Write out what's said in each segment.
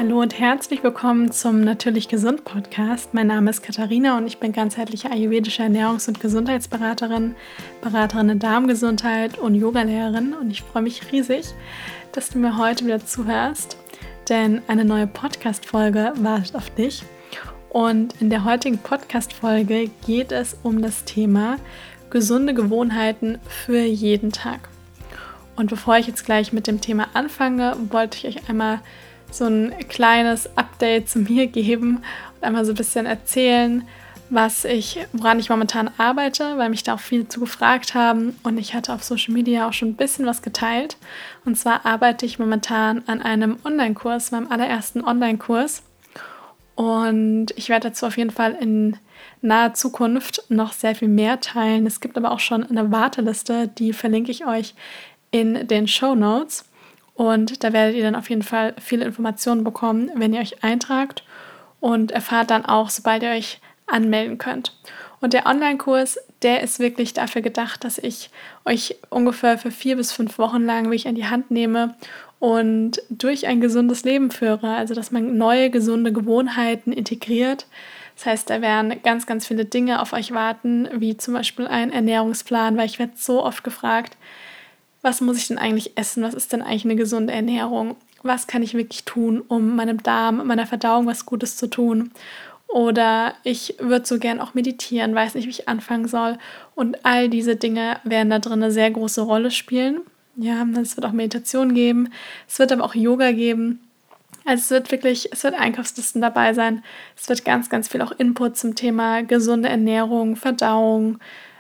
Hallo und herzlich willkommen zum Natürlich Gesund Podcast. Mein Name ist Katharina und ich bin ganzheitliche ayurvedische Ernährungs- und Gesundheitsberaterin, Beraterin in Darmgesundheit und Yogalehrerin. Und ich freue mich riesig, dass du mir heute wieder zuhörst, denn eine neue Podcast-Folge wartet auf dich. Und in der heutigen Podcast-Folge geht es um das Thema gesunde Gewohnheiten für jeden Tag. Und bevor ich jetzt gleich mit dem Thema anfange, wollte ich euch einmal so ein kleines Update zu mir geben und einmal so ein bisschen erzählen, woran ich momentan arbeite, weil mich da auch viele zu gefragt haben und ich hatte auf Social Media auch schon ein bisschen was geteilt. Und zwar arbeite ich momentan an einem Online-Kurs, meinem allerersten Online-Kurs. Und ich werde dazu auf jeden Fall in naher Zukunft noch sehr viel mehr teilen. Es gibt aber auch schon eine Warteliste, die verlinke ich euch in den Shownotes. Und da werdet ihr dann auf jeden Fall viele Informationen bekommen, wenn ihr euch eintragt und erfahrt dann auch, sobald ihr euch anmelden könnt. Und der Online-Kurs, der ist wirklich dafür gedacht, dass ich euch ungefähr für 4 bis 5 Wochen lang wirklich an die Hand nehme und durch ein gesundes Leben führe. Also, dass man neue, gesunde Gewohnheiten integriert. Das heißt, da werden ganz, ganz viele Dinge auf euch warten, wie zum Beispiel ein Ernährungsplan, weil ich werde so oft gefragt, was muss ich denn eigentlich essen? Was ist denn eigentlich eine gesunde Ernährung? Was kann ich wirklich tun, um meinem Darm, meiner Verdauung was Gutes zu tun? Oder ich würde so gern auch meditieren, weiß nicht, wie ich anfangen soll. Und all diese Dinge werden da drin eine sehr große Rolle spielen. Ja, es wird auch Meditation geben, es wird aber auch Yoga geben. Also es wird Einkaufslisten dabei sein. Es wird ganz, ganz viel auch Input zum Thema gesunde Ernährung, Verdauung,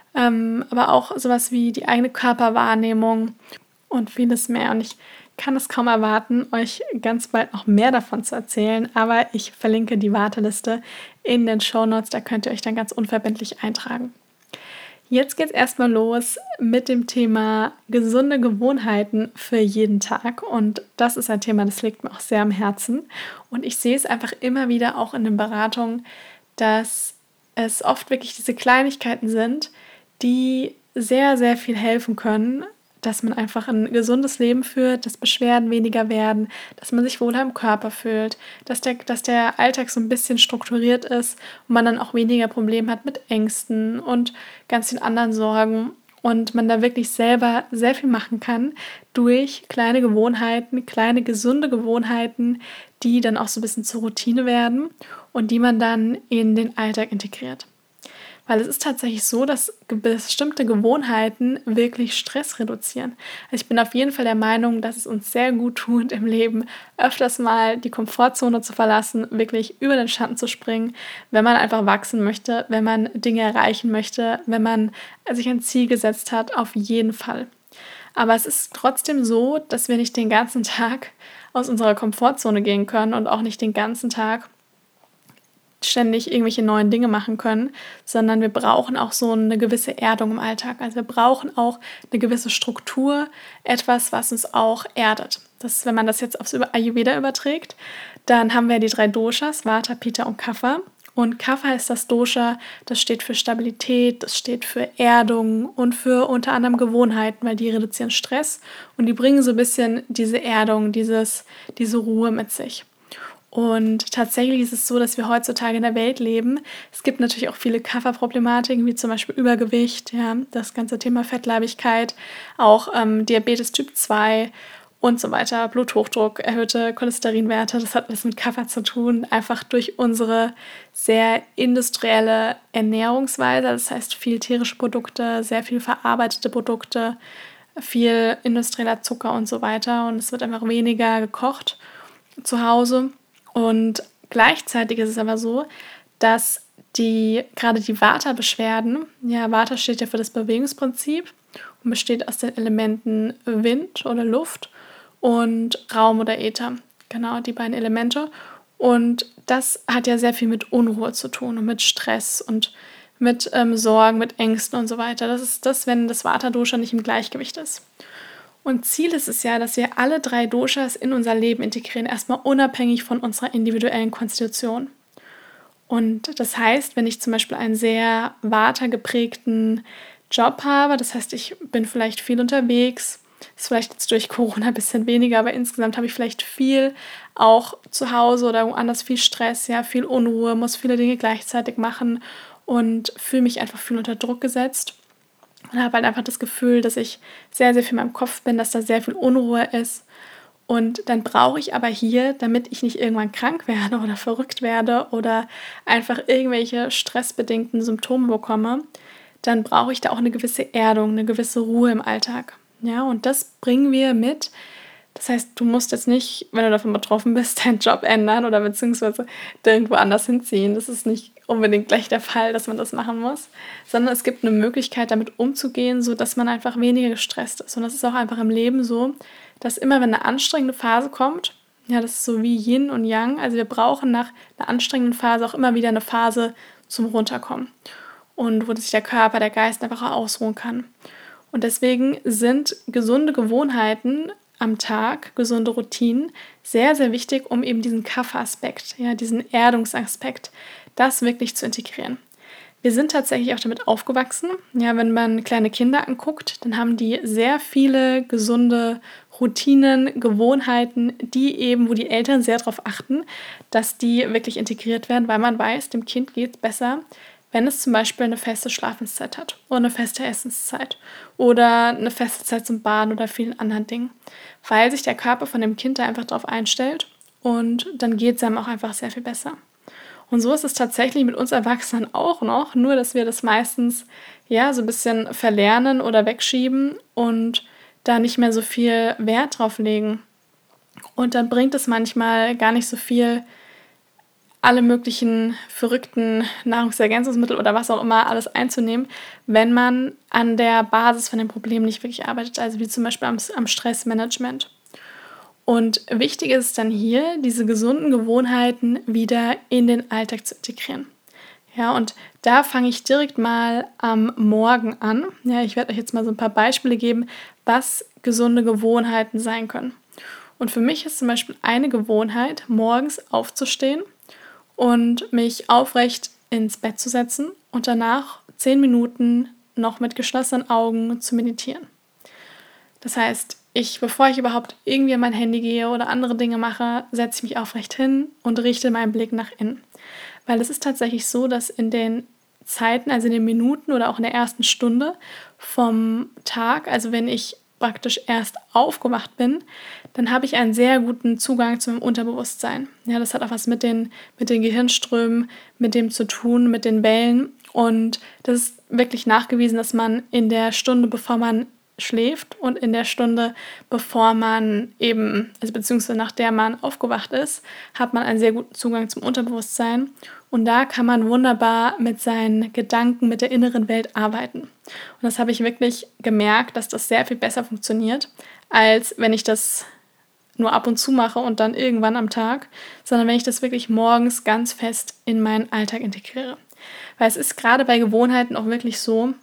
aber auch sowas wie die eigene Körperwahrnehmung und vieles mehr. Und ich kann es kaum erwarten, euch ganz bald noch mehr davon zu erzählen, aber ich verlinke die Warteliste in den Shownotes, da könnt ihr euch dann ganz unverbindlich eintragen. Jetzt geht es erstmal los mit dem Thema gesunde Gewohnheiten für jeden Tag. Und das ist ein Thema, das liegt mir auch sehr am Herzen. Und ich sehe es einfach immer wieder auch in den Beratungen, dass es oft wirklich diese Kleinigkeiten sind, die sehr, sehr viel helfen können, dass man einfach ein gesundes Leben führt, dass Beschwerden weniger werden, dass man sich wohler im Körper fühlt, dass der Alltag so ein bisschen strukturiert ist und man dann auch weniger Probleme hat mit Ängsten und ganz vielen anderen Sorgen und man da wirklich selber sehr viel machen kann durch kleine Gewohnheiten, kleine gesunde Gewohnheiten, die dann auch so ein bisschen zur Routine werden und die man dann in den Alltag integriert. Weil es ist tatsächlich so, dass bestimmte Gewohnheiten wirklich Stress reduzieren. Also ich bin auf jeden Fall der Meinung, dass es uns sehr gut tut, im Leben öfters mal die Komfortzone zu verlassen, wirklich über den Schatten zu springen, wenn man einfach wachsen möchte, wenn man Dinge erreichen möchte, wenn man sich ein Ziel gesetzt hat, auf jeden Fall. Aber es ist trotzdem so, dass wir nicht den ganzen Tag aus unserer Komfortzone gehen können und auch nicht den ganzen Tag ständig irgendwelche neuen Dinge machen können, sondern wir brauchen auch so eine gewisse Erdung im Alltag. Also wir brauchen auch eine gewisse Struktur, etwas, was uns auch erdet. Wenn man das jetzt aufs Ayurveda überträgt, dann haben wir die 3 Doshas, Vata, Pitta und Kapha. Und Kapha ist das Dosha, das steht für Stabilität, das steht für Erdung und für unter anderem Gewohnheiten, weil die reduzieren Stress und die bringen so ein bisschen diese Erdung, diese Ruhe mit sich. Und tatsächlich ist es so, dass wir heutzutage in der Welt leben. Es gibt natürlich auch viele Kapha-Problematiken, wie zum Beispiel Übergewicht, ja, das ganze Thema Fettleibigkeit, auch Diabetes Typ 2 und so weiter, Bluthochdruck, erhöhte Cholesterinwerte. Das hat alles mit Kapha zu tun, einfach durch unsere sehr industrielle Ernährungsweise. Das heißt, viel tierische Produkte, sehr viel verarbeitete Produkte, viel industrieller Zucker und so weiter. Und es wird einfach weniger gekocht zu Hause. Und gleichzeitig ist es aber so, dass gerade die Vata-Beschwerden, ja, Vata steht ja für das Bewegungsprinzip und besteht aus den Elementen Wind oder Luft und Raum oder Äther. Genau, die beiden Elemente. Und das hat ja sehr viel mit Unruhe zu tun und mit Stress und mit Sorgen, mit Ängsten und so weiter. Das ist das, wenn das Vata-Dosha nicht im Gleichgewicht ist. Und Ziel ist es ja, dass wir alle 3 Doshas in unser Leben integrieren, erstmal unabhängig von unserer individuellen Konstitution. Und das heißt, wenn ich zum Beispiel einen sehr Vata geprägten Job habe, das heißt, ich bin vielleicht viel unterwegs Ist vielleicht jetzt durch Corona ein bisschen weniger, aber insgesamt habe ich vielleicht viel auch zu Hause oder woanders viel Stress, ja, viel Unruhe, muss viele Dinge gleichzeitig machen und fühle mich einfach viel unter Druck gesetzt und habe halt einfach das Gefühl, dass ich sehr, sehr viel in meinem Kopf bin, dass da sehr viel Unruhe ist. Und dann brauche ich aber hier, damit ich nicht irgendwann krank werde oder verrückt werde oder einfach irgendwelche stressbedingten Symptome bekomme, dann brauche ich da auch eine gewisse Erdung, eine gewisse Ruhe im Alltag. Ja, und das bringen wir mit. Das heißt, du musst jetzt nicht, wenn du davon betroffen bist, deinen Job ändern oder beziehungsweise irgendwo anders hinziehen. Das ist nicht unbedingt gleich der Fall, dass man das machen muss, sondern es gibt eine Möglichkeit, damit umzugehen, sodass man einfach weniger gestresst ist. Und das ist auch einfach im Leben so, dass immer, wenn eine anstrengende Phase kommt, ja, das ist so wie Yin und Yang, also wir brauchen nach einer anstrengenden Phase auch immer wieder eine Phase zum Runterkommen und wo sich der Körper, der Geist einfach auch ausruhen kann. Und deswegen sind gesunde Gewohnheiten am Tag, gesunde Routinen, sehr, sehr wichtig, um eben diesen Kapha-Aspekt, ja, diesen Erdungsaspekt, das wirklich zu integrieren. Wir sind tatsächlich auch damit aufgewachsen. Ja, wenn man kleine Kinder anguckt, dann haben die sehr viele gesunde Routinen, Gewohnheiten, die eben, wo die Eltern sehr darauf achten, dass die wirklich integriert werden, weil man weiß, dem Kind geht es besser, wenn es zum Beispiel eine feste Schlafenszeit hat oder eine feste Essenszeit oder eine feste Zeit zum Baden oder vielen anderen Dingen, weil sich der Körper von dem Kind da einfach darauf einstellt und dann geht es einem auch einfach sehr viel besser. Und so ist es tatsächlich mit uns Erwachsenen auch noch, nur dass wir das meistens ja so ein bisschen verlernen oder wegschieben und da nicht mehr so viel Wert drauf legen. Und dann bringt es manchmal gar nicht so viel, alle möglichen verrückten Nahrungsergänzungsmittel oder was auch immer alles einzunehmen, wenn man an der Basis von dem Problem nicht wirklich arbeitet, also wie zum Beispiel am Stressmanagement. Und wichtig ist es dann hier, diese gesunden Gewohnheiten wieder in den Alltag zu integrieren. Ja, und da fange ich direkt mal am Morgen an. Ja, ich werde euch jetzt mal so ein paar Beispiele geben, was gesunde Gewohnheiten sein können. Und für mich ist zum Beispiel eine Gewohnheit, morgens aufzustehen und mich aufrecht ins Bett zu setzen und danach 10 Minuten noch mit geschlossenen Augen zu meditieren. Das heißt, bevor ich überhaupt irgendwie an mein Handy gehe oder andere Dinge mache, setze ich mich aufrecht hin und richte meinen Blick nach innen. Weil es ist tatsächlich so, dass in den Zeiten, also in den Minuten oder auch in der ersten Stunde vom Tag, also wenn ich praktisch erst aufgewacht bin, dann habe ich einen sehr guten Zugang zum Unterbewusstsein. Ja, das hat auch was mit den Gehirnströmen, mit dem zu tun, mit den Wellen. Und das ist wirklich nachgewiesen, dass man in der Stunde, bevor man schläft und in der Stunde, bevor man eben, also beziehungsweise nach der man aufgewacht ist, hat man einen sehr guten Zugang zum Unterbewusstsein. Und da kann man wunderbar mit seinen Gedanken, mit der inneren Welt arbeiten. Und das habe ich wirklich gemerkt, dass das sehr viel besser funktioniert, als wenn ich das nur ab und zu mache und dann irgendwann am Tag, sondern wenn ich das wirklich morgens ganz fest in meinen Alltag integriere. Weil es ist gerade bei Gewohnheiten auch wirklich so,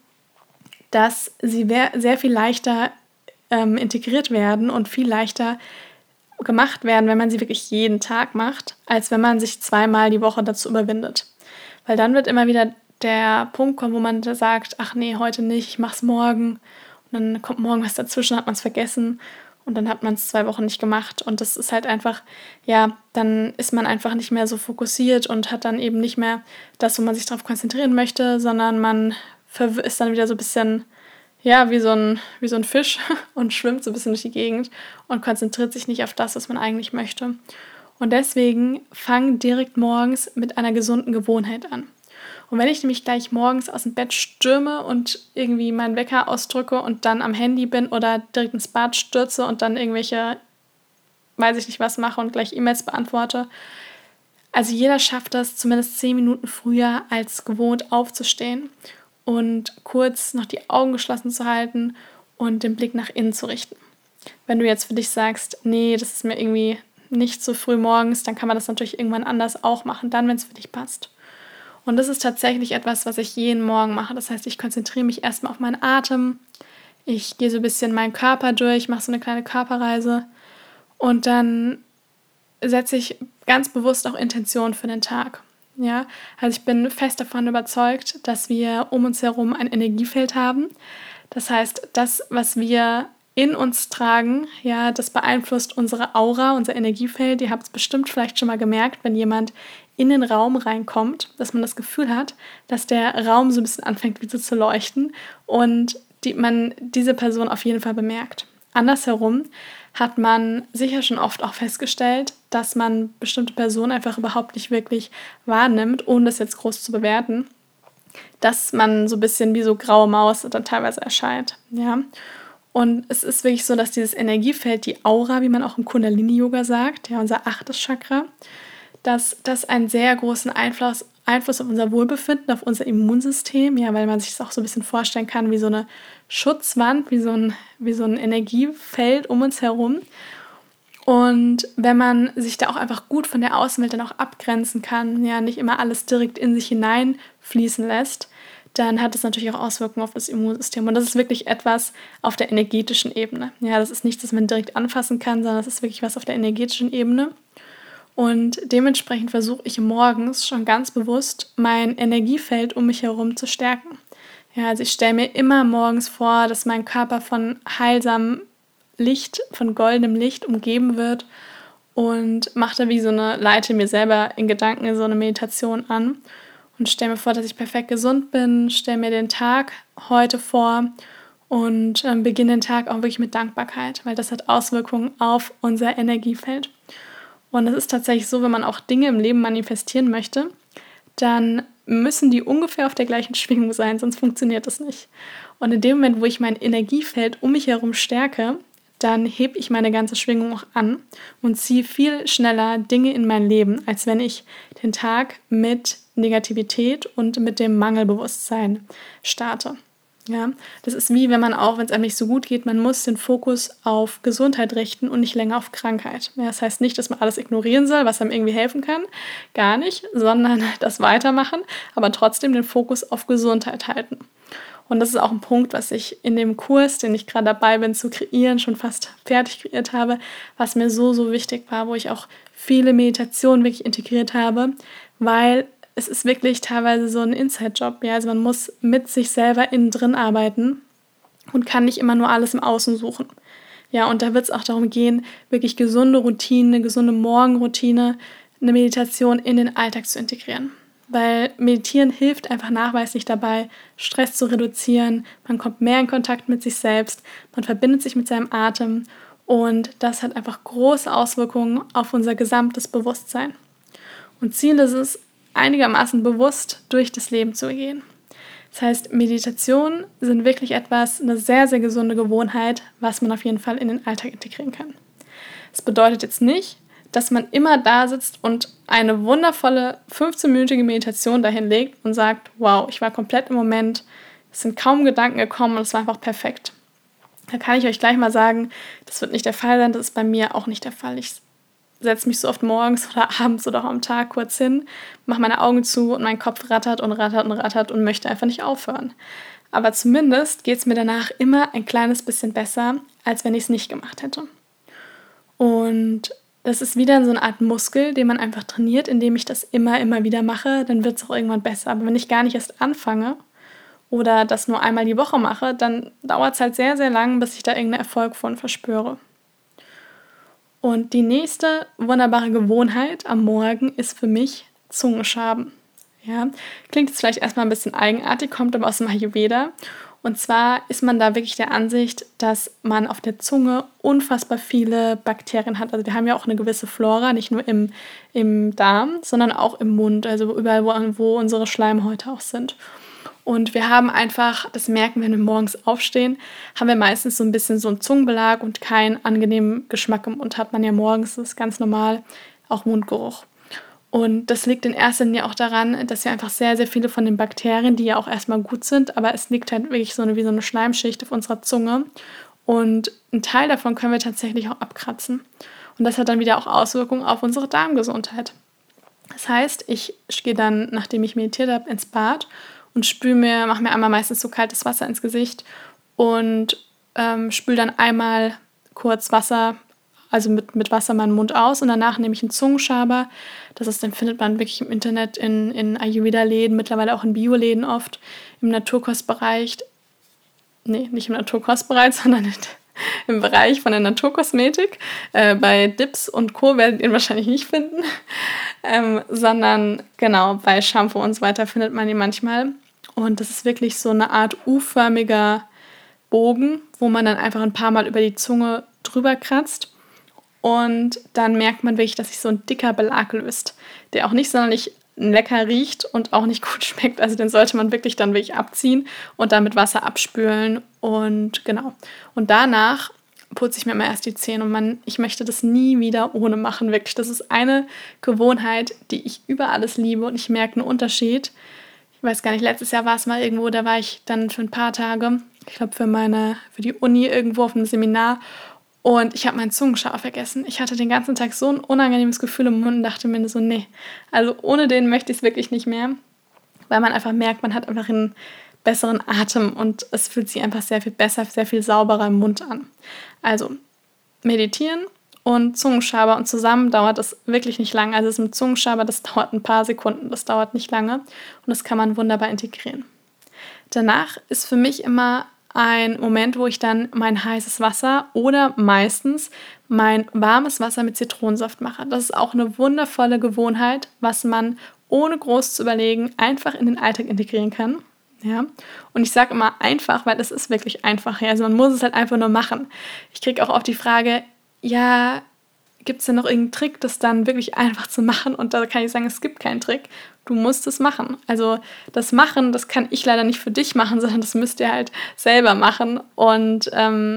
dass sie sehr viel leichter integriert werden und viel leichter gemacht werden, wenn man sie wirklich jeden Tag macht, als wenn man sich 2-mal die Woche dazu überwindet. Weil dann wird immer wieder der Punkt kommen, wo man sagt, ach nee, heute nicht, ich mach's morgen. Und dann kommt morgen was dazwischen, hat man es vergessen und dann hat man es 2 Wochen nicht gemacht. Und das ist halt einfach, ja, dann ist man einfach nicht mehr so fokussiert und hat dann eben nicht mehr das, wo man sich darauf konzentrieren möchte, sondern man ist dann wieder so ein bisschen, ja, wie so ein Fisch und schwimmt so ein bisschen durch die Gegend und konzentriert sich nicht auf das, was man eigentlich möchte. Und deswegen fang direkt morgens mit einer gesunden Gewohnheit an. Und wenn ich nämlich gleich morgens aus dem Bett stürme und irgendwie meinen Wecker ausdrücke und dann am Handy bin oder direkt ins Bad stürze und dann irgendwelche, weiß ich nicht was mache und gleich E-Mails beantworte, also jeder schafft das zumindest 10 Minuten früher als gewohnt aufzustehen und kurz noch die Augen geschlossen zu halten und den Blick nach innen zu richten. Wenn du jetzt für dich sagst, nee, das ist mir irgendwie nicht so früh morgens, dann kann man das natürlich irgendwann anders auch machen, dann, wenn es für dich passt. Und das ist tatsächlich etwas, was ich jeden Morgen mache. Das heißt, ich konzentriere mich erstmal auf meinen Atem, ich gehe so ein bisschen meinen Körper durch, mache so eine kleine Körperreise und dann setze ich ganz bewusst auch Intention für den Tag. Ja, also ich bin fest davon überzeugt, dass wir um uns herum ein Energiefeld haben. Das heißt, das, was wir in uns tragen. Ja, das beeinflusst unsere Aura, unser Energiefeld. Ihr habt es bestimmt vielleicht schon mal gemerkt, wenn jemand in den Raum reinkommt, dass man das Gefühl hat, dass der Raum so ein bisschen anfängt wie so zu leuchten und man diese Person auf jeden Fall bemerkt. Andersherum hat man sicher schon oft auch festgestellt, dass man bestimmte Personen einfach überhaupt nicht wirklich wahrnimmt, ohne das jetzt groß zu bewerten, dass man so ein bisschen wie so graue Maus dann teilweise erscheint. Ja? Und es ist wirklich so, dass dieses Energiefeld, die Aura, wie man auch im Kundalini-Yoga sagt, ja, unser 8. Chakra, dass das einen sehr großen Einfluss auf unser Wohlbefinden, auf unser Immunsystem, ja, weil man sich das auch so ein bisschen vorstellen kann wie so eine Schutzwand, wie so ein Energiefeld um uns herum. Und wenn man sich da auch einfach gut von der Außenwelt dann auch abgrenzen kann, ja, nicht immer alles direkt in sich hineinfließen lässt, dann hat das natürlich auch Auswirkungen auf das Immunsystem. Und das ist wirklich etwas auf der energetischen Ebene. Ja, das ist nichts, das man direkt anfassen kann, sondern das ist wirklich was auf der energetischen Ebene. Und dementsprechend versuche ich morgens schon ganz bewusst mein Energiefeld um mich herum zu stärken. Ja, also ich stelle mir immer morgens vor, dass mein Körper von heilsamem Licht, von goldenem Licht umgeben wird und mache da leite mir selber in Gedanken so eine Meditation an und stelle mir vor, dass ich perfekt gesund bin, stelle mir den Tag heute vor und beginne den Tag auch wirklich mit Dankbarkeit, weil das hat Auswirkungen auf unser Energiefeld. Und es ist tatsächlich so, wenn man auch Dinge im Leben manifestieren möchte, dann müssen die ungefähr auf der gleichen Schwingung sein, sonst funktioniert das nicht. Und in dem Moment, wo ich mein Energiefeld um mich herum stärke, dann hebe ich meine ganze Schwingung auch an und ziehe viel schneller Dinge in mein Leben, als wenn ich den Tag mit Negativität und mit dem Mangelbewusstsein starte. Ja, das ist wie wenn es einem nicht so gut geht, man muss den Fokus auf Gesundheit richten und nicht länger auf Krankheit. Ja, das heißt nicht, dass man alles ignorieren soll, was einem irgendwie helfen kann, gar nicht, sondern das weitermachen, aber trotzdem den Fokus auf Gesundheit halten. Und das ist auch ein Punkt, was ich in dem Kurs, den ich gerade dabei bin zu kreieren, schon fast fertig kreiert habe, was mir so, so wichtig war, wo ich auch viele Meditationen wirklich integriert habe, weil es ist wirklich teilweise so ein Inside-Job. Ja? Also man muss mit sich selber innen drin arbeiten und kann nicht immer nur alles im Außen suchen. Ja, und da wird es auch darum gehen, wirklich gesunde Routinen, eine gesunde Morgenroutine, eine Meditation in den Alltag zu integrieren. Weil Meditieren hilft einfach nachweislich dabei, Stress zu reduzieren. Man kommt mehr in Kontakt mit sich selbst, man verbindet sich mit seinem Atem und das hat einfach große Auswirkungen auf unser gesamtes Bewusstsein. Und Ziel ist es, einigermaßen bewusst durch das Leben zu gehen. Das heißt, Meditationen sind wirklich eine sehr, sehr gesunde Gewohnheit, was man auf jeden Fall in den Alltag integrieren kann. Das bedeutet jetzt nicht, dass man immer da sitzt und eine wundervolle 15-minütige Meditation dahin legt und sagt, wow, ich war komplett im Moment, es sind kaum Gedanken gekommen und es war einfach perfekt. Da kann ich euch gleich mal sagen, das wird nicht der Fall sein, das ist bei mir auch nicht der Fall. Ich setze mich so oft morgens oder abends oder auch am Tag kurz hin, mache meine Augen zu und mein Kopf rattert und rattert und rattert und möchte einfach nicht aufhören. Aber zumindest geht es mir danach immer ein kleines bisschen besser, als wenn ich es nicht gemacht hätte. Und das ist wieder so eine Art Muskel, den man einfach trainiert, indem ich das immer wieder mache, dann wird es auch irgendwann besser. Aber wenn ich gar nicht erst anfange oder das nur einmal die Woche mache, dann dauert es halt sehr, sehr lang, bis ich da irgendeinen Erfolg von verspüre. Und die nächste wunderbare Gewohnheit am Morgen ist für mich Zungenschaben. Ja, klingt jetzt vielleicht erstmal ein bisschen eigenartig, kommt aber aus dem Ayurveda. Und zwar ist man da wirklich der Ansicht, dass man auf der Zunge unfassbar viele Bakterien hat. Also wir haben ja auch eine gewisse Flora, nicht nur im Darm, sondern auch im Mund, also überall, wo unsere Schleimhäute auch sind. Und wir haben einfach, das merken wir, wenn wir morgens aufstehen, haben wir meistens so ein bisschen so einen Zungenbelag und keinen angenehmen Geschmack im Mund. Hat man ja morgens, das ist ganz normal, auch Mundgeruch. Und das liegt in erster Linie auch daran, dass wir einfach sehr, sehr viele von den Bakterien, die ja auch erstmal gut sind, aber es liegt halt wirklich wie so eine Schleimschicht auf unserer Zunge. Und einen Teil davon können wir tatsächlich auch abkratzen. Und das hat dann wieder auch Auswirkungen auf unsere Darmgesundheit. Das heißt, ich gehe dann, nachdem ich meditiert habe, ins Bad und mache mir einmal meistens so kaltes Wasser ins Gesicht und spüle dann einmal kurz Wasser, also mit Wasser meinen Mund aus und danach nehme ich einen Zungenschaber. Den findet man wirklich im Internet, in Ayurveda-Läden, mittlerweile auch in Bioläden oft, im Naturkostbereich. Nee, nicht im Naturkostbereich, sondern im Bereich von der Naturkosmetik. Bei Dips und Co. werdet ihr ihn wahrscheinlich nicht finden, sondern genau, bei Shampoo und so weiter findet man ihn manchmal. Und das ist wirklich so eine Art U-förmiger Bogen, wo man dann einfach ein paar Mal über die Zunge drüber kratzt. Und dann merkt man wirklich, dass sich so ein dicker Belag löst, der auch nicht sonderlich lecker riecht und auch nicht gut schmeckt. Also den sollte man wirklich dann wirklich abziehen und dann mit Wasser abspülen. Und genau. Und danach putze ich mir immer erst die Zähne. Und ich möchte das nie wieder ohne machen, wirklich. Das ist eine Gewohnheit, die ich über alles liebe und ich merke einen Unterschied. Ich weiß gar nicht, letztes Jahr war es mal irgendwo, da war ich dann für ein paar Tage, ich glaube für die Uni irgendwo auf einem Seminar und ich habe meinen Zungenschauer vergessen. Ich hatte den ganzen Tag so ein unangenehmes Gefühl im Mund und dachte mir so, nee, also ohne den möchte ich es wirklich nicht mehr, weil man einfach merkt, man hat einfach einen besseren Atem und es fühlt sich einfach sehr viel besser, sehr viel sauberer im Mund an. Also meditieren und Zungenschaber und zusammen dauert es wirklich nicht lange. Also das mit Zungenschaber, das dauert ein paar Sekunden, das dauert nicht lange und das kann man wunderbar integrieren. Danach ist für mich immer ein Moment, wo ich dann mein heißes Wasser oder meistens mein warmes Wasser mit Zitronensaft mache. Das ist auch eine wundervolle Gewohnheit, was man ohne groß zu überlegen einfach in den Alltag integrieren kann. Ja, und ich sage immer einfach, weil es ist wirklich einfach. Ja? Also man muss es halt einfach nur machen. Ich kriege auch oft die Frage, ja, gibt es denn noch irgendeinen Trick, das dann wirklich einfach zu machen? Und da kann ich sagen, es gibt keinen Trick. Du musst es machen. Also das Machen, das kann ich leider nicht für dich machen, sondern das müsst ihr halt selber machen. Und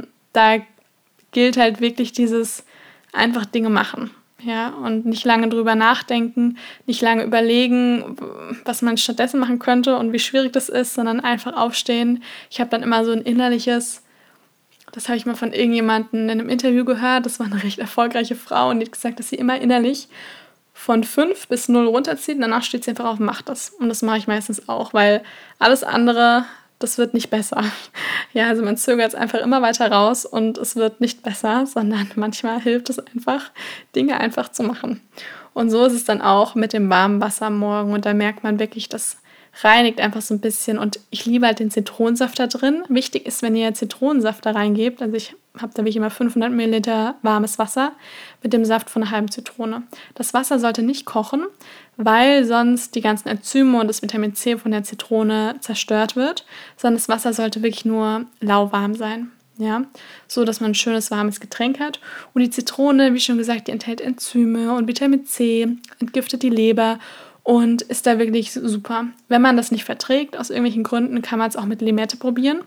da gilt halt wirklich dieses einfach Dinge machen. Ja, und nicht lange drüber nachdenken, nicht lange überlegen, was man stattdessen machen könnte und wie schwierig das ist, sondern einfach aufstehen. Ich habe dann immer so ein innerliches, das habe ich mal von irgendjemandem in einem Interview gehört, das war eine recht erfolgreiche Frau und die hat gesagt, dass sie immer innerlich von 5 bis 0 runterzieht und danach steht sie einfach auf und macht das. Und das mache ich meistens auch, weil alles andere, das wird nicht besser. Ja, also man zögert es einfach immer weiter raus und es wird nicht besser, sondern manchmal hilft es einfach, Dinge einfach zu machen. Und so ist es dann auch mit dem warmen Wasser am Morgen und da merkt man wirklich, das reinigt einfach so ein bisschen und ich liebe halt den Zitronensaft da drin. Wichtig ist, wenn ihr Zitronensaft da reingebt, also ich habe da wirklich immer 500 Milliliter warmes Wasser mit dem Saft von einer halben Zitrone. Das Wasser sollte nicht kochen, weil sonst die ganzen Enzyme und das Vitamin C von der Zitrone zerstört wird, sondern das Wasser sollte wirklich nur lauwarm sein. Ja, so dass man ein schönes warmes Getränk hat. Und die Zitrone, wie schon gesagt, die enthält Enzyme und Vitamin C, entgiftet die Leber und ist da wirklich super. Wenn man das nicht verträgt, aus irgendwelchen Gründen, kann man es auch mit Limette probieren.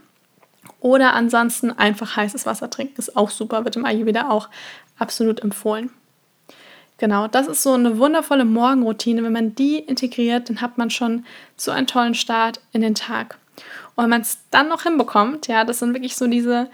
Oder ansonsten einfach heißes Wasser trinken, ist auch super, wird im Ayurveda auch absolut empfohlen. Genau, das ist so eine wundervolle Morgenroutine. Wenn man die integriert, dann hat man schon so einen tollen Start in den Tag. Und wenn man es dann noch hinbekommt, ja, das sind wirklich so diese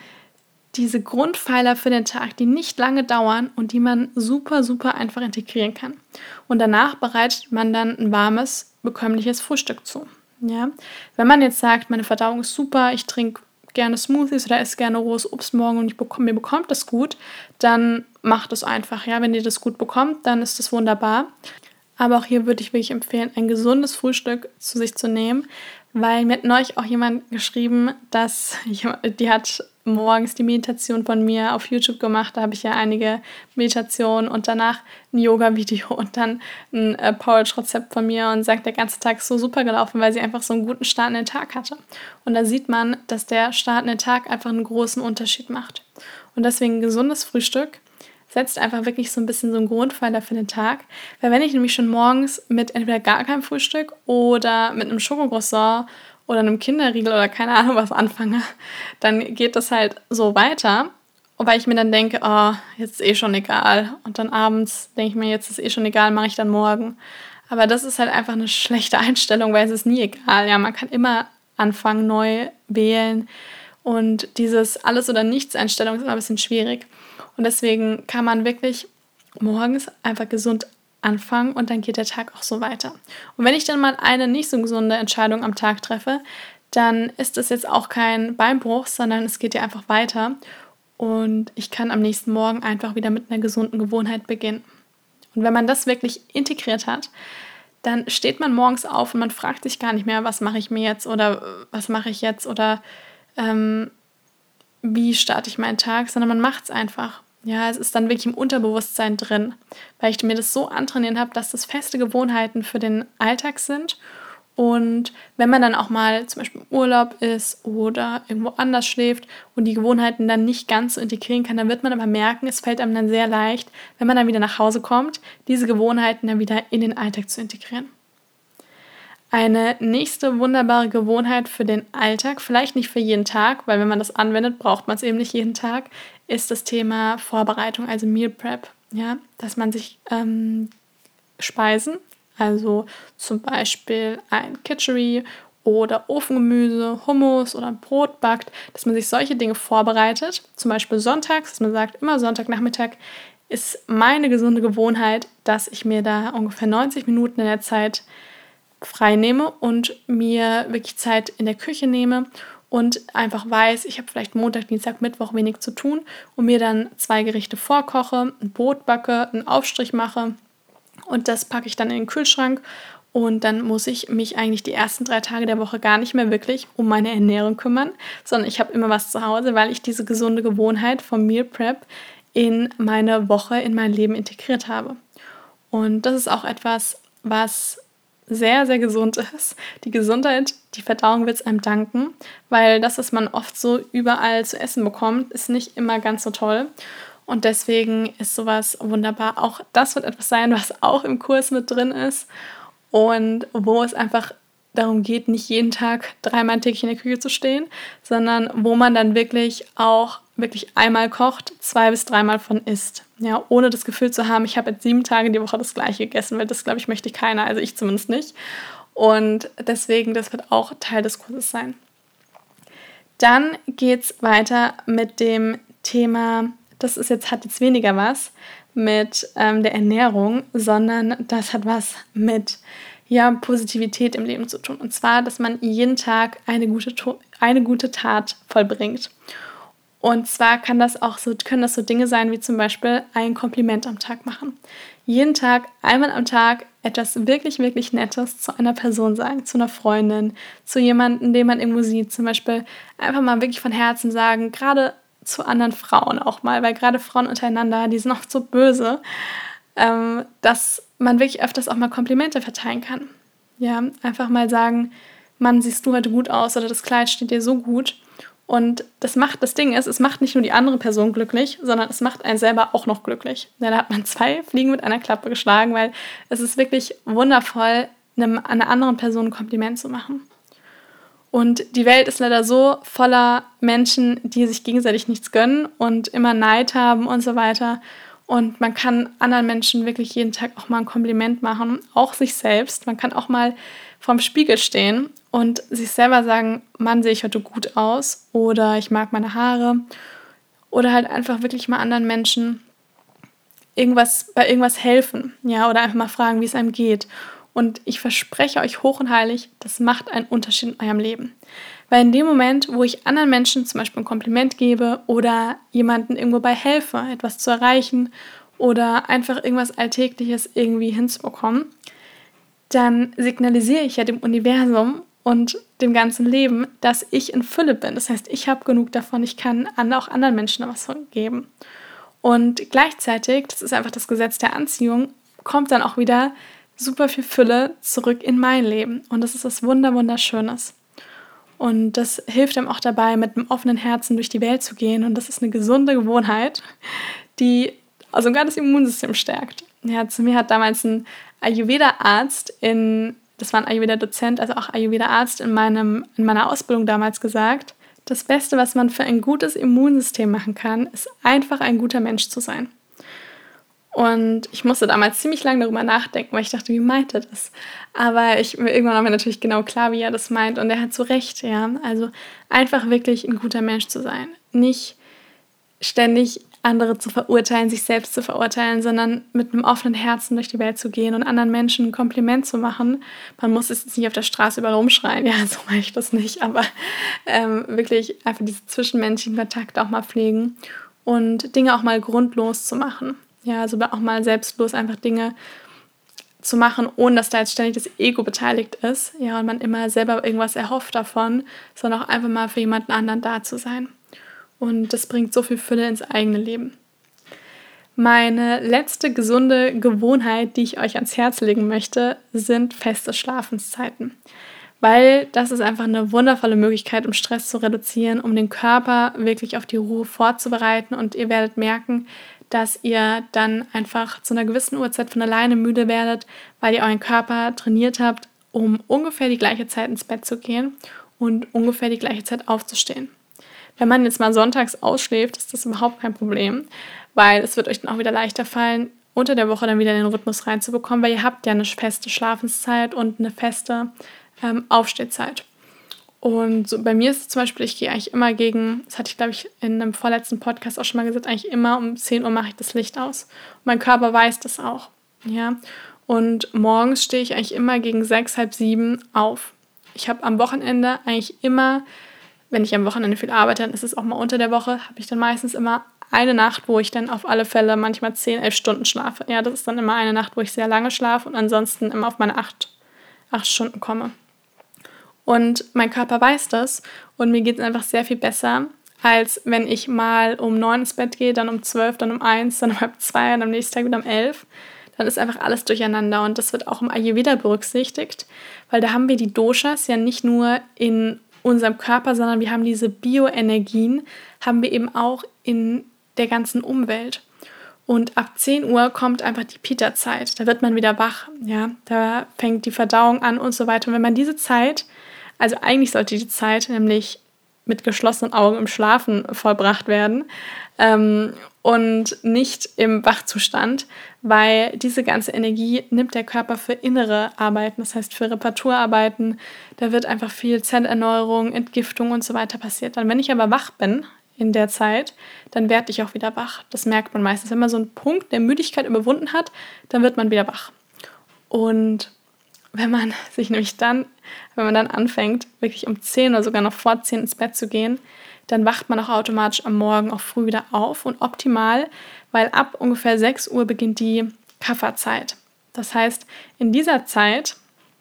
Grundpfeiler für den Tag, die nicht lange dauern und die man super, super einfach integrieren kann. Und danach bereitet man dann ein warmes, bekömmliches Frühstück zu. Ja? Wenn man jetzt sagt, meine Verdauung ist super, ich trinke gerne Smoothies oder esse gerne rohes Obst morgen und mir bekommt das gut, dann macht es einfach. Ja? Wenn ihr das gut bekommt, dann ist das wunderbar. Aber auch hier würde ich wirklich empfehlen, ein gesundes Frühstück zu sich zu nehmen, weil mir hat neulich auch jemand geschrieben, dass die hat morgens die Meditation von mir auf YouTube gemacht. Da habe ich ja einige Meditationen und danach ein Yoga-Video und dann ein Porridge-Rezept von mir und sagt, der ganze Tag ist so super gelaufen, weil sie einfach so einen guten Start in den Tag hatte. Und da sieht man, dass der Start in den Tag einfach einen großen Unterschied macht. Und deswegen ein gesundes Frühstück setzt einfach wirklich so ein bisschen so einen Grundpfeiler für den Tag. Weil wenn ich nämlich schon morgens mit entweder gar keinem Frühstück oder mit einem Schokocroissant oder einem Kinderriegel oder keine Ahnung was anfange, dann geht das halt so weiter. Weil ich mir dann denke, oh, jetzt ist eh schon egal. Und dann abends denke ich mir, jetzt ist eh schon egal, mache ich dann morgen. Aber das ist halt einfach eine schlechte Einstellung, weil es ist nie egal. Ja, man kann immer anfangen, neu wählen. Und dieses Alles-oder-Nichts-Einstellung ist immer ein bisschen schwierig. Und deswegen kann man wirklich morgens einfach gesund anfangen und dann geht der Tag auch so weiter. Und wenn ich dann mal eine nicht so gesunde Entscheidung am Tag treffe, dann ist das jetzt auch kein Beinbruch, sondern es geht ja einfach weiter. Und ich kann am nächsten Morgen einfach wieder mit einer gesunden Gewohnheit beginnen. Und wenn man das wirklich integriert hat, dann steht man morgens auf und man fragt sich gar nicht mehr, was mache ich mir jetzt oder was mache ich jetzt oder wie starte ich meinen Tag, sondern man macht es einfach. Ja, es ist dann wirklich im Unterbewusstsein drin, weil ich mir das so antrainiert habe, dass das feste Gewohnheiten für den Alltag sind. Und wenn man dann auch mal zum Beispiel im Urlaub ist oder irgendwo anders schläft und die Gewohnheiten dann nicht ganz so integrieren kann, dann wird man aber merken, es fällt einem dann sehr leicht, wenn man dann wieder nach Hause kommt, diese Gewohnheiten dann wieder in den Alltag zu integrieren. Eine nächste wunderbare Gewohnheit für den Alltag, vielleicht nicht für jeden Tag, weil wenn man das anwendet, braucht man es eben nicht jeden Tag, ist das Thema Vorbereitung, also Meal Prep. Ja? Dass man sich Speisen, also zum Beispiel ein Kitchery oder Ofengemüse, Hummus oder ein Brot backt, dass man sich solche Dinge vorbereitet, zum Beispiel sonntags, dass man sagt, immer Sonntagnachmittag ist meine gesunde Gewohnheit, dass ich mir da ungefähr 90 Minuten in der Zeit frei nehme und mir wirklich Zeit in der Küche nehme und einfach weiß, ich habe vielleicht Montag, Dienstag, Mittwoch wenig zu tun und mir dann 2 Gerichte vorkoche, ein Brot backe, einen Aufstrich mache und das packe ich dann in den Kühlschrank und dann muss ich mich eigentlich die ersten 3 Tage der Woche gar nicht mehr wirklich um meine Ernährung kümmern, sondern ich habe immer was zu Hause, weil ich diese gesunde Gewohnheit vom Meal Prep in meine Woche, in mein Leben integriert habe. Und das ist auch etwas, was sehr, sehr gesund ist. Die Gesundheit, die Verdauung wird es einem danken, weil das, was man oft so überall zu essen bekommt, ist nicht immer ganz so toll. Und deswegen ist sowas wunderbar. Auch das wird etwas sein, was auch im Kurs mit drin ist und wo es einfach darum geht, nicht jeden Tag 3-mal täglich in der Küche zu stehen, sondern wo man dann wirklich auch einmal kocht, 2 bis 3-mal von isst. Ja, ohne das Gefühl zu haben, ich habe jetzt 7 Tage die Woche das Gleiche gegessen, weil das, glaube ich, möchte keiner, also ich zumindest nicht. Und deswegen, das wird auch Teil des Kurses sein. Dann geht es weiter mit dem Thema, hat jetzt weniger was mit der Ernährung, sondern das hat was mit Positivität im Leben zu tun. Und zwar, dass man jeden Tag eine gute Tat vollbringt. Und zwar können das so Dinge sein, wie zum Beispiel ein Kompliment am Tag machen. Jeden Tag, einmal am Tag etwas wirklich, wirklich Nettes zu einer Person sagen, zu einer Freundin, zu jemandem, den man irgendwo sieht. Zum Beispiel einfach mal wirklich von Herzen sagen, gerade zu anderen Frauen auch mal, weil gerade Frauen untereinander, die sind oft so böse, dass man wirklich öfters auch mal Komplimente verteilen kann. Ja, einfach mal sagen, Mann, siehst du heute gut aus oder das Kleid steht dir so gut. Und das Ding ist, es macht nicht nur die andere Person glücklich, sondern es macht einen selber auch noch glücklich. Ja, da hat man 2 Fliegen mit einer Klappe geschlagen, weil es ist wirklich wundervoll, einer anderen Person ein Kompliment zu machen. Und die Welt ist leider so voller Menschen, die sich gegenseitig nichts gönnen und immer Neid haben und so weiter. Und man kann anderen Menschen wirklich jeden Tag auch mal ein Kompliment machen, auch sich selbst. Man kann auch mal vorm Spiegel stehen und sich selber sagen, Mann, sehe ich heute gut aus oder ich mag meine Haare oder halt einfach wirklich mal anderen Menschen bei irgendwas helfen, ja, oder einfach mal fragen, wie es einem geht. Und ich verspreche euch hoch und heilig, das macht einen Unterschied in eurem Leben. Weil in dem Moment, wo ich anderen Menschen zum Beispiel ein Kompliment gebe oder jemandem irgendwo bei helfe, etwas zu erreichen oder einfach irgendwas Alltägliches irgendwie hinzubekommen, dann signalisiere ich ja dem Universum und dem ganzen Leben, dass ich in Fülle bin. Das heißt, ich habe genug davon, ich kann auch anderen Menschen was geben. Und gleichzeitig, das ist einfach das Gesetz der Anziehung, kommt dann auch wieder super viel Fülle zurück in mein Leben. Und das ist was Wunderschönes. Und das hilft einem auch dabei, mit einem offenen Herzen durch die Welt zu gehen. Und das ist eine gesunde Gewohnheit, die sogar das Immunsystem stärkt. Ja, zu mir hat damals ein Ayurveda-Arzt das war ein Ayurveda-Dozent, also auch Ayurveda-Arzt in meiner Ausbildung damals gesagt, das Beste, was man für ein gutes Immunsystem machen kann, ist einfach ein guter Mensch zu sein. Und ich musste damals ziemlich lange darüber nachdenken, weil ich dachte, wie meint er das? Aber irgendwann war mir natürlich genau klar, wie er das meint. Und er hat so recht, ja. Also einfach wirklich ein guter Mensch zu sein. Nicht ständig andere zu verurteilen, sich selbst zu verurteilen, sondern mit einem offenen Herzen durch die Welt zu gehen und anderen Menschen ein Kompliment zu machen. Man muss es jetzt nicht auf der Straße überall rumschreien, ja, so mache ich das nicht, aber wirklich einfach diese zwischenmenschlichen Kontakte auch mal pflegen und Dinge auch mal grundlos zu machen. Ja, also auch mal selbstlos einfach Dinge zu machen, ohne dass da jetzt ständig das Ego beteiligt ist, ja, und man immer selber irgendwas erhofft davon, sondern auch einfach mal für jemanden anderen da zu sein. Und das bringt so viel Fülle ins eigene Leben. Meine letzte gesunde Gewohnheit, die ich euch ans Herz legen möchte, sind feste Schlafenszeiten. Weil das ist einfach eine wundervolle Möglichkeit, um Stress zu reduzieren, um den Körper wirklich auf die Ruhe vorzubereiten. Und ihr werdet merken, dass ihr dann einfach zu einer gewissen Uhrzeit von alleine müde werdet, weil ihr euren Körper trainiert habt, um ungefähr die gleiche Zeit ins Bett zu gehen und ungefähr die gleiche Zeit aufzustehen. Wenn man jetzt mal sonntags ausschläft, ist das überhaupt kein Problem, weil es wird euch dann auch wieder leichter fallen, unter der Woche dann wieder in den Rhythmus reinzubekommen, weil ihr habt ja eine feste Schlafenszeit und eine feste Aufstehzeit. Und so bei mir ist es zum Beispiel, ich gehe eigentlich immer das hatte ich glaube ich in einem vorletzten Podcast auch schon mal gesagt, eigentlich immer um 10 Uhr mache ich das Licht aus. Und mein Körper weiß das auch. Ja? Und morgens stehe ich eigentlich immer gegen 6, halb 7 auf. Ich habe am Wochenende eigentlich immer, wenn ich am Wochenende viel arbeite, dann ist es auch mal unter der Woche, habe ich dann meistens immer eine Nacht, wo ich dann auf alle Fälle manchmal 10, 11 Stunden schlafe. Ja, das ist dann immer eine Nacht, wo ich sehr lange schlafe und ansonsten immer auf meine 8 Stunden komme. Und mein Körper weiß das und mir geht es einfach sehr viel besser, als wenn ich mal um 9 ins Bett gehe, dann um 12, dann um 1, dann um halb 2 und am nächsten Tag wieder um 11. Dann ist einfach alles durcheinander und das wird auch im Ayurveda berücksichtigt, weil da haben wir die Doshas ja nicht nur in unserem Körper, sondern wir haben diese Bioenergien, haben wir eben auch in der ganzen Umwelt. Und ab 10 Uhr kommt einfach die Pitta-Zeit, da wird man wieder wach, ja, da fängt die Verdauung an und so weiter. Und wenn man diese Zeit, also eigentlich sollte die Zeit nämlich mit geschlossenen Augen im Schlafen vollbracht werden und nicht im Wachzustand, weil diese ganze Energie nimmt der Körper für innere Arbeiten, das heißt für Reparaturarbeiten, da wird einfach viel Zellerneuerung, Entgiftung und so weiter passiert. Dann, wenn ich aber wach bin in der Zeit, dann werde ich auch wieder wach. Das merkt man meistens. Wenn man so einen Punkt der Müdigkeit überwunden hat, dann wird man wieder wach. Und wenn man dann anfängt, wirklich um 10 oder sogar noch vor 10 ins Bett zu gehen, dann wacht man auch automatisch am Morgen auch früh wieder auf und optimal, weil ab ungefähr 6 Uhr beginnt die Kapha-Zeit. Das heißt, in dieser Zeit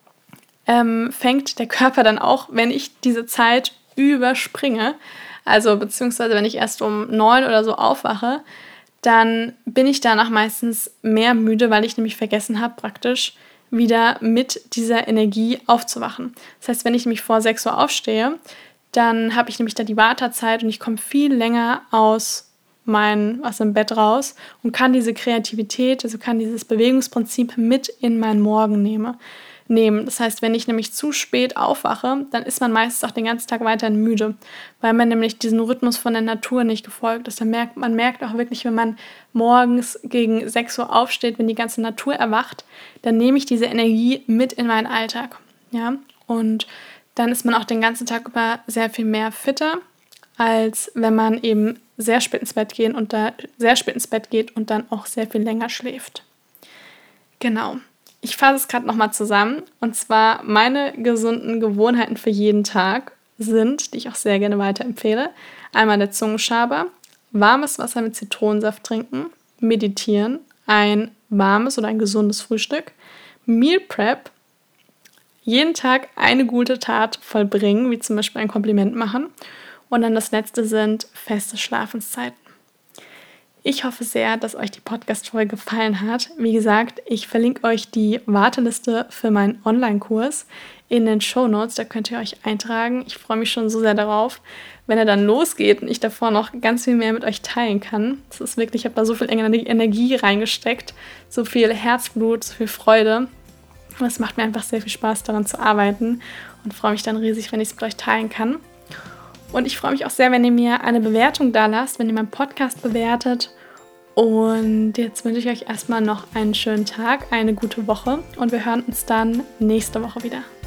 fängt der Körper dann auch, wenn ich diese Zeit überspringe, also beziehungsweise wenn ich erst um 9 oder so aufwache, dann bin ich danach meistens mehr müde, weil ich nämlich vergessen habe, praktisch wieder mit dieser Energie aufzuwachen. Das heißt, wenn ich nämlich vor 6 Uhr aufstehe, dann habe ich nämlich da die Vata-Zeit und ich komme viel länger aus dem Bett raus und kann diese Kreativität, also kann dieses Bewegungsprinzip mit in meinen Morgen nehmen. Das heißt, wenn ich nämlich zu spät aufwache, dann ist man meistens auch den ganzen Tag weiterhin müde, weil man nämlich diesen Rhythmus von der Natur nicht gefolgt ist. Man merkt auch wirklich, wenn man morgens gegen 6 Uhr aufsteht, wenn die ganze Natur erwacht, dann nehme ich diese Energie mit in meinen Alltag. Ja? Und dann ist man auch den ganzen Tag über sehr viel mehr fitter, als wenn man eben sehr spät ins Bett geht und dann auch sehr viel länger schläft. Genau. Ich fasse es gerade nochmal zusammen. Und zwar meine gesunden Gewohnheiten für jeden Tag sind, die ich auch sehr gerne weiterempfehle, einmal der Zungenschaber, warmes Wasser mit Zitronensaft trinken, meditieren, ein warmes oder ein gesundes Frühstück, Meal Prep, jeden Tag eine gute Tat vollbringen, wie zum Beispiel ein Kompliment machen. Und dann das letzte sind feste Schlafenszeiten. Ich hoffe sehr, dass euch die Podcast-Folge gefallen hat. Wie gesagt, ich verlinke euch die Warteliste für meinen Online-Kurs in den Shownotes. Da könnt ihr euch eintragen. Ich freue mich schon so sehr darauf, wenn er dann losgeht und ich davor noch ganz viel mehr mit euch teilen kann. Das ist wirklich, ich habe da so viel Energie reingesteckt, so viel Herzblut, so viel Freude. Und es macht mir einfach sehr viel Spaß, daran zu arbeiten und freue mich dann riesig, wenn ich es mit euch teilen kann. Und ich freue mich auch sehr, wenn ihr mir eine Bewertung da lasst, wenn ihr meinen Podcast bewertet. Und jetzt wünsche ich euch erstmal noch einen schönen Tag, eine gute Woche und wir hören uns dann nächste Woche wieder.